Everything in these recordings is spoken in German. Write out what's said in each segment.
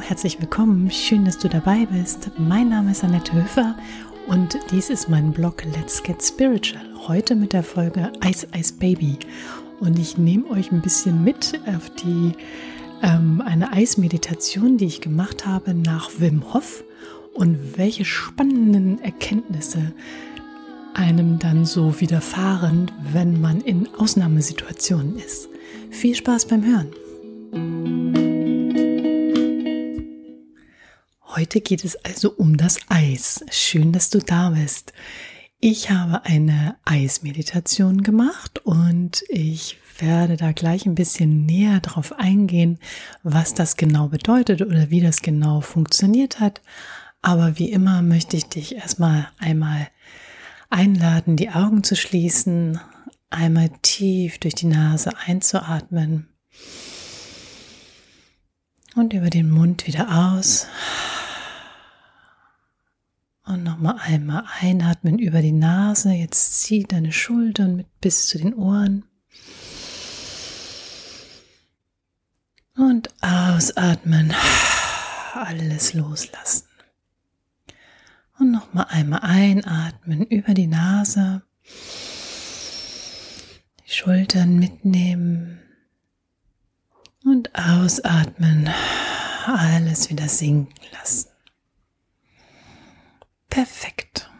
herzlich willkommen. Schön, dass du dabei bist. Mein Name ist Annette Höfer und dies ist mein Blog Let's Get Spiritual. Heute mit der Folge Ice Ice Baby. Und ich nehme euch ein bisschen mit auf eine Eismeditation, die ich gemacht habe nach Wim Hof und welche spannenden Erkenntnisse einem dann so widerfahren, wenn man in Ausnahmesituationen ist. Viel Spaß beim Hören. Heute geht es also um das Eis. Schön, dass du da bist. Ich habe eine Eismeditation gemacht und ich werde da gleich ein bisschen näher drauf eingehen, was das genau bedeutet oder wie das genau funktioniert hat. Aber wie immer möchte ich dich erstmal einmal einladen, die Augen zu schließen, einmal tief durch die Nase einzuatmen und über den Mund wieder aus. Und nochmal einmal einatmen über die Nase. Jetzt zieh deine Schultern mit bis zu den Ohren. Und ausatmen. Alles loslassen. Und nochmal einmal einatmen über die Nase. Die Schultern mitnehmen. Und ausatmen. Alles wieder sinken lassen. Perfekt.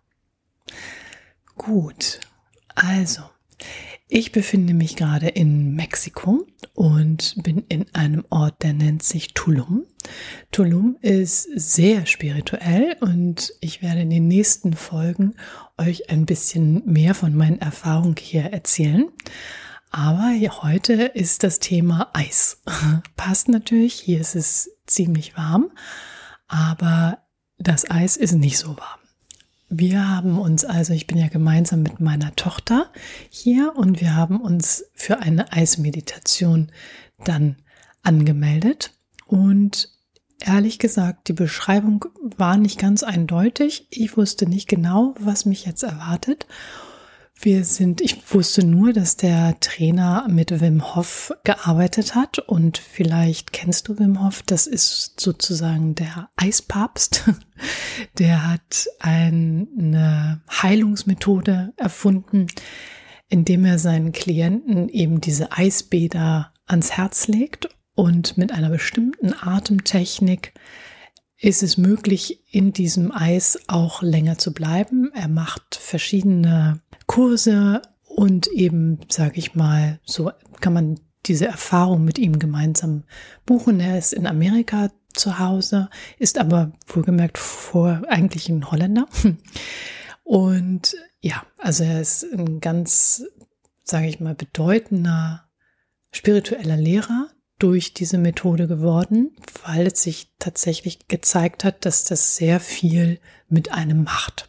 Gut. Also, ich befinde mich gerade in Mexiko und bin in einem Ort, der nennt sich Tulum. Tulum ist sehr spirituell und ich werde in den nächsten Folgen euch ein bisschen mehr von meinen Erfahrungen hier erzählen. Aber heute ist das Thema Eis. Passt natürlich, hier ist es ziemlich warm, aber das Eis ist nicht so warm. Wir haben uns ich bin ja gemeinsam mit meiner Tochter hier und wir haben uns für eine Eismeditation dann angemeldet. Und ehrlich gesagt, die Beschreibung war nicht ganz eindeutig. Ich wusste nicht genau, was mich jetzt erwartet. Ich wusste nur, dass der Trainer mit Wim Hof gearbeitet hat und vielleicht kennst du Wim Hof, das ist sozusagen der Eispapst. Der hat eine Heilungsmethode erfunden, indem er seinen Klienten eben diese Eisbäder ans Herz legt und mit einer bestimmten Atemtechnik ist es möglich, in diesem Eis auch länger zu bleiben. Er macht verschiedene Kurse und eben, sage ich mal, so kann man diese Erfahrung mit ihm gemeinsam buchen. Er ist in Amerika zu Hause, ist aber wohlgemerkt eigentlich ein Holländer. Und ja, also er ist ein ganz, sage ich mal, bedeutender spiritueller Lehrer durch diese Methode geworden, weil es sich tatsächlich gezeigt hat, dass das sehr viel mit einem macht.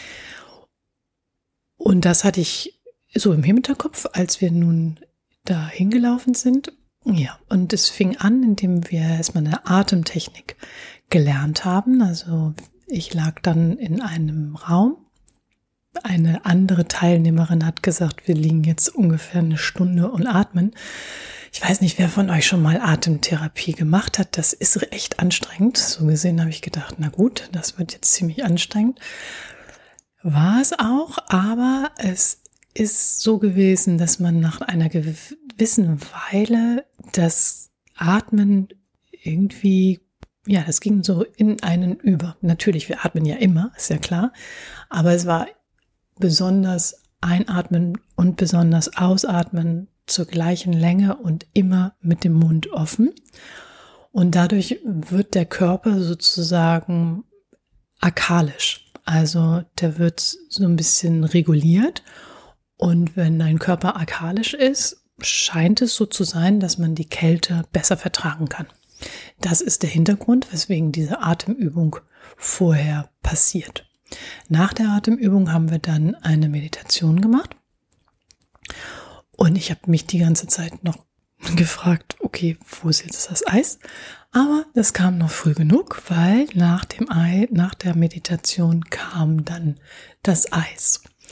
Und das hatte ich so im Hinterkopf, als wir nun da hingelaufen sind. Ja, und es fing an, indem wir erstmal eine Atemtechnik gelernt haben. Also ich lag dann in einem Raum. Eine andere Teilnehmerin hat gesagt, wir liegen jetzt ungefähr eine Stunde und atmen. Ich weiß nicht, wer von euch schon mal Atemtherapie gemacht hat. Das ist echt anstrengend. So gesehen habe ich gedacht, na gut, das wird jetzt ziemlich anstrengend. War es auch, aber es ist so gewesen, dass man nach einer gewissen Weile das Atmen irgendwie, ja, das ging so in einen über. Natürlich, wir atmen ja immer, ist ja klar, aber es war besonders einatmen und besonders ausatmen zur gleichen Länge und immer mit dem Mund offen. Und dadurch wird der Körper sozusagen arkalisch. Also der wird so ein bisschen reguliert und wenn dein Körper arkalisch ist, scheint es so zu sein, dass man die Kälte besser vertragen kann. Das ist der Hintergrund, weswegen diese Atemübung vorher passiert. Nach der Atemübung haben wir dann eine Meditation gemacht und ich habe mich die ganze Zeit noch gefragt, okay, wo ist jetzt das Eis? Aber das kam noch früh genug, weil nach der Meditation kam dann das Eis.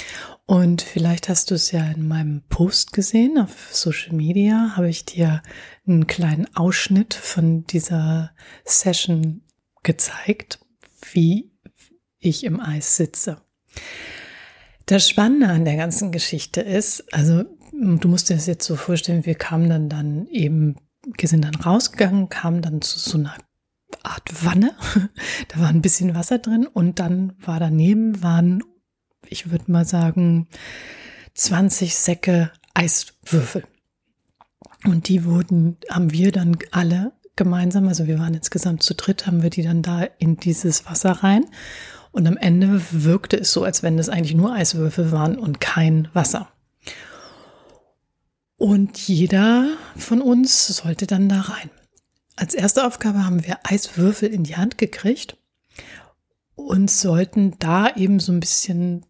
Und vielleicht hast du es ja in meinem Post gesehen, auf Social Media habe ich dir einen kleinen Ausschnitt von dieser Session gezeigt, wie ich im Eis sitze. Das Spannende an der ganzen Geschichte ist, also du musst dir das jetzt so vorstellen, wir sind dann rausgegangen, kamen dann zu so einer Art Wanne, da war ein bisschen Wasser drin und dann waren, ich würde mal sagen, 20 Säcke Eiswürfel. Und die haben wir dann alle gemeinsam, also wir waren insgesamt zu dritt, haben wir die dann da in dieses Wasser rein. Und am Ende wirkte es so, als wenn es eigentlich nur Eiswürfel waren und kein Wasser. Und jeder von uns sollte dann da rein. Als erste Aufgabe haben wir Eiswürfel in die Hand gekriegt und sollten da eben so ein bisschen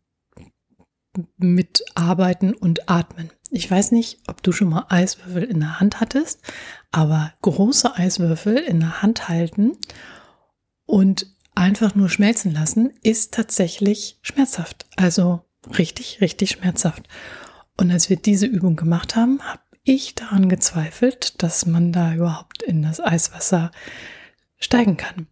mitarbeiten und atmen. Ich weiß nicht, ob du schon mal Eiswürfel in der Hand hattest, aber große Eiswürfel in der Hand halten und einfach nur schmelzen lassen, ist tatsächlich schmerzhaft. Also richtig, richtig schmerzhaft. Und als wir diese Übung gemacht haben, habe ich daran gezweifelt, dass man da überhaupt in das Eiswasser steigen kann.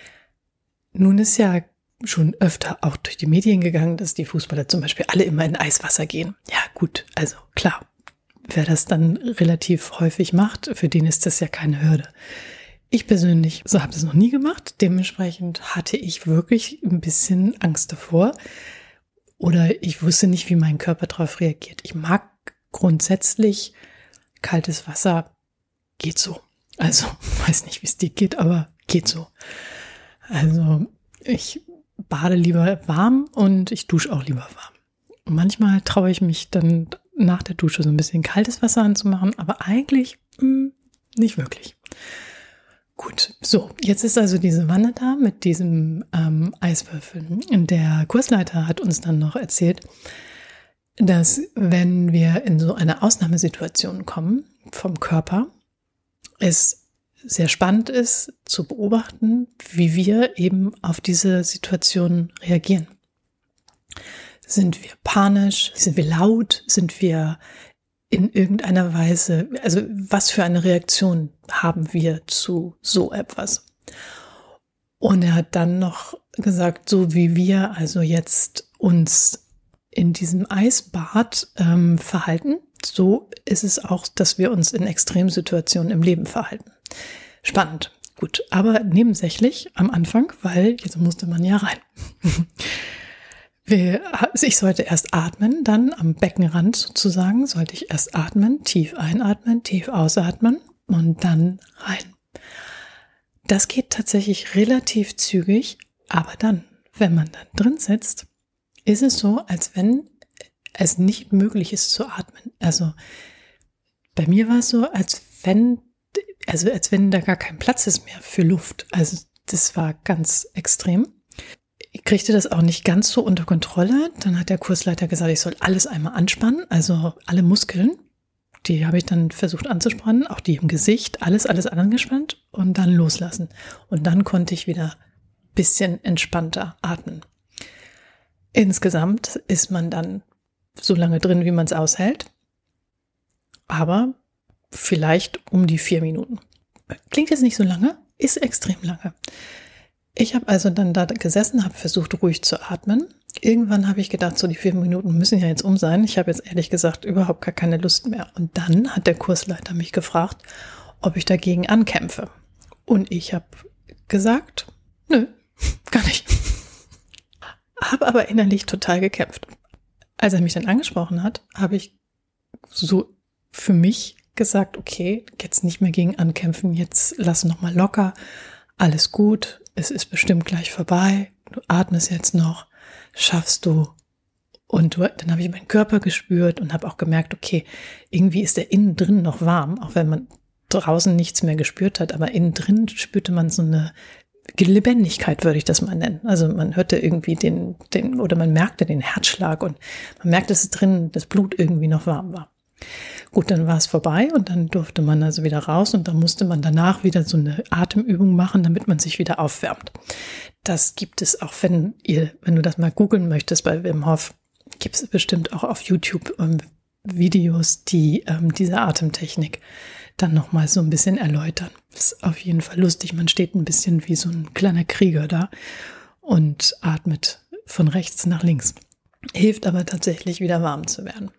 Nun ist ja schon öfter auch durch die Medien gegangen, dass die Fußballer zum Beispiel alle immer in Eiswasser gehen. Ja gut, also klar, wer das dann relativ häufig macht, für den ist das ja keine Hürde. Ich persönlich habe das noch nie gemacht, dementsprechend hatte ich wirklich ein bisschen Angst davor oder ich wusste nicht, wie mein Körper darauf reagiert. Ich mag grundsätzlich kaltes Wasser, geht so. Also weiß nicht, wie es dir geht, aber geht so. Also ich bade lieber warm und ich dusche auch lieber warm. Und manchmal traue ich mich dann nach der Dusche so ein bisschen kaltes Wasser anzumachen, aber eigentlich nicht wirklich. Gut, so, jetzt ist also diese Wanne da mit diesem Eiswürfel. Der Kursleiter hat uns dann noch erzählt, dass wenn wir in so eine Ausnahmesituation kommen vom Körper, es sehr spannend ist zu beobachten, wie wir eben auf diese Situation reagieren. Sind wir panisch? Sind wir laut? Sind wir in irgendeiner Weise, also was für eine Reaktion haben wir zu so etwas? Und er hat dann noch gesagt, so wie wir also jetzt uns in diesem Eisbad verhalten, so ist es auch, dass wir uns in Extremsituationen im Leben verhalten. Spannend, gut, aber nebensächlich am Anfang, weil jetzt musste man ja rein. Ich sollte erst atmen, dann am Beckenrand sozusagen sollte ich erst atmen, tief einatmen, tief ausatmen und dann rein. Das geht tatsächlich relativ zügig, aber dann, wenn man dann drin sitzt, ist es so, als wenn es nicht möglich ist zu atmen. Also bei mir war es so, als wenn da gar kein Platz ist mehr für Luft. Also das war ganz extrem. Ich kriegte das auch nicht ganz so unter Kontrolle. Dann hat der Kursleiter gesagt, ich soll alles einmal anspannen, also alle Muskeln. Die habe ich dann versucht anzuspannen, auch die im Gesicht, alles angespannt und dann loslassen. Und dann konnte ich wieder ein bisschen entspannter atmen. Insgesamt ist man dann so lange drin, wie man es aushält, aber vielleicht um die 4 Minuten. Klingt jetzt nicht so lange, ist extrem lange. Ich habe also dann da gesessen, habe versucht, ruhig zu atmen. Irgendwann habe ich gedacht, so die 4 Minuten müssen ja jetzt um sein. Ich habe jetzt ehrlich gesagt überhaupt gar keine Lust mehr. Und dann hat der Kursleiter mich gefragt, ob ich dagegen ankämpfe. Und ich habe gesagt, nö, gar nicht. Habe aber innerlich total gekämpft. Als er mich dann angesprochen hat, habe ich so für mich gesagt, okay, jetzt nicht mehr gegen ankämpfen, jetzt lass noch mal locker, alles gut, es ist bestimmt gleich vorbei, du atmest jetzt noch, schaffst du. Und dann habe ich meinen Körper gespürt und habe auch gemerkt, okay, irgendwie ist der innen drin noch warm, auch wenn man draußen nichts mehr gespürt hat, aber innen drin spürte man so eine Lebendigkeit, würde ich das mal nennen. Also man hörte irgendwie oder man merkte den Herzschlag und man merkte, dass drin das Blut irgendwie noch warm war. Gut, dann war es vorbei und dann durfte man also wieder raus und dann musste man danach wieder so eine Atemübung machen, damit man sich wieder aufwärmt. Das gibt es auch, wenn du das mal googeln möchtest bei Wim Hof. gibt es bestimmt auch auf YouTube Videos, die diese Atemtechnik dann nochmal so ein bisschen erläutern. Ist auf jeden Fall lustig. Man steht ein bisschen wie so ein kleiner Krieger da und atmet von rechts nach links. Hilft aber tatsächlich, wieder warm zu werden.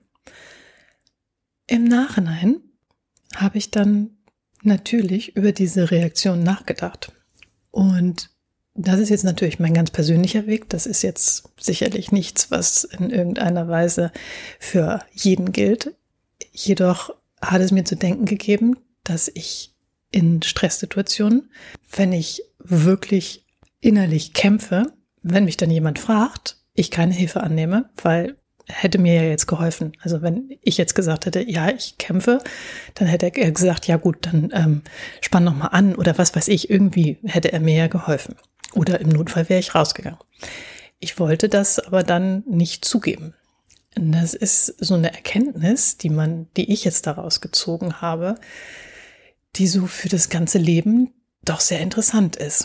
Im Nachhinein habe ich dann natürlich über diese Reaktion nachgedacht. Und das ist jetzt natürlich mein ganz persönlicher Weg. Das ist jetzt sicherlich nichts, was in irgendeiner Weise für jeden gilt. Jedoch hat es mir zu denken gegeben, dass ich in Stresssituationen, wenn ich wirklich innerlich kämpfe, wenn mich dann jemand fragt, ich keine Hilfe annehme, weil hätte mir ja jetzt geholfen. Also wenn ich jetzt gesagt hätte, ja, ich kämpfe, dann hätte er gesagt, ja gut, dann spann noch mal an oder was weiß ich, irgendwie hätte er mir ja geholfen. Oder im Notfall wäre ich rausgegangen. Ich wollte das aber dann nicht zugeben. Das ist so eine Erkenntnis, die ich jetzt daraus gezogen habe, die so für das ganze Leben doch sehr interessant ist.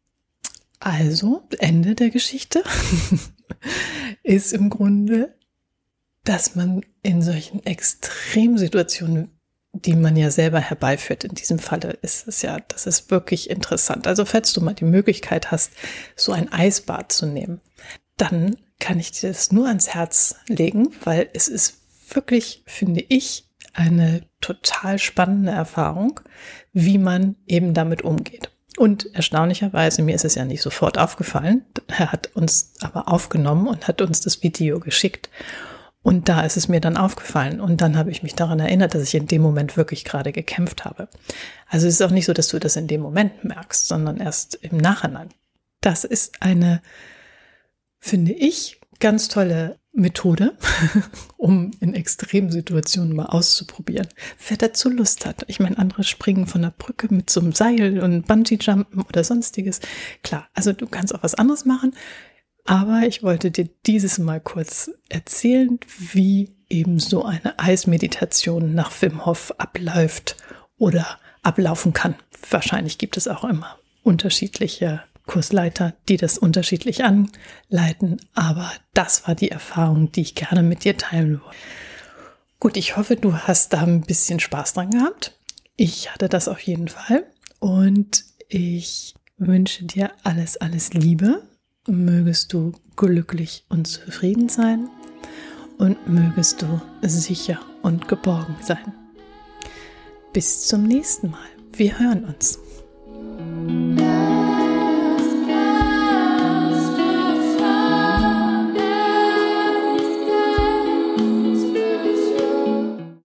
Also, Ende der Geschichte ist im Grunde, dass man in solchen Extremsituationen, die man ja selber herbeiführt, in diesem Falle ist es ja, das ist wirklich interessant. Also falls du mal die Möglichkeit hast, so ein Eisbad zu nehmen, dann kann ich dir das nur ans Herz legen, weil es ist wirklich, finde ich, eine total spannende Erfahrung, wie man eben damit umgeht. Und erstaunlicherweise, mir ist es ja nicht sofort aufgefallen, er hat uns aber aufgenommen und hat uns das Video geschickt. Und da ist es mir dann aufgefallen. Und dann habe ich mich daran erinnert, dass ich in dem Moment wirklich gerade gekämpft habe. Also es ist auch nicht so, dass du das in dem Moment merkst, sondern erst im Nachhinein. Das ist eine, finde ich, ganz tolle Methode, um in Extremsituationen mal auszuprobieren. Wer dazu Lust hat. Ich meine, andere springen von der Brücke mit so einem Seil und Bungee-Jumpen oder sonstiges. Klar, also du kannst auch was anderes machen. Aber ich wollte dir dieses Mal kurz erzählen, wie eben so eine Eismeditation nach Wim Hof abläuft oder ablaufen kann. Wahrscheinlich gibt es auch immer unterschiedliche Kursleiter, die das unterschiedlich anleiten, aber das war die Erfahrung, die ich gerne mit dir teilen wollte. Gut, ich hoffe, du hast da ein bisschen Spaß dran gehabt. Ich hatte das auf jeden Fall und ich wünsche dir alles, alles Liebe. Mögest du glücklich und zufrieden sein und mögest du sicher und geborgen sein. Bis zum nächsten Mal. Wir hören uns.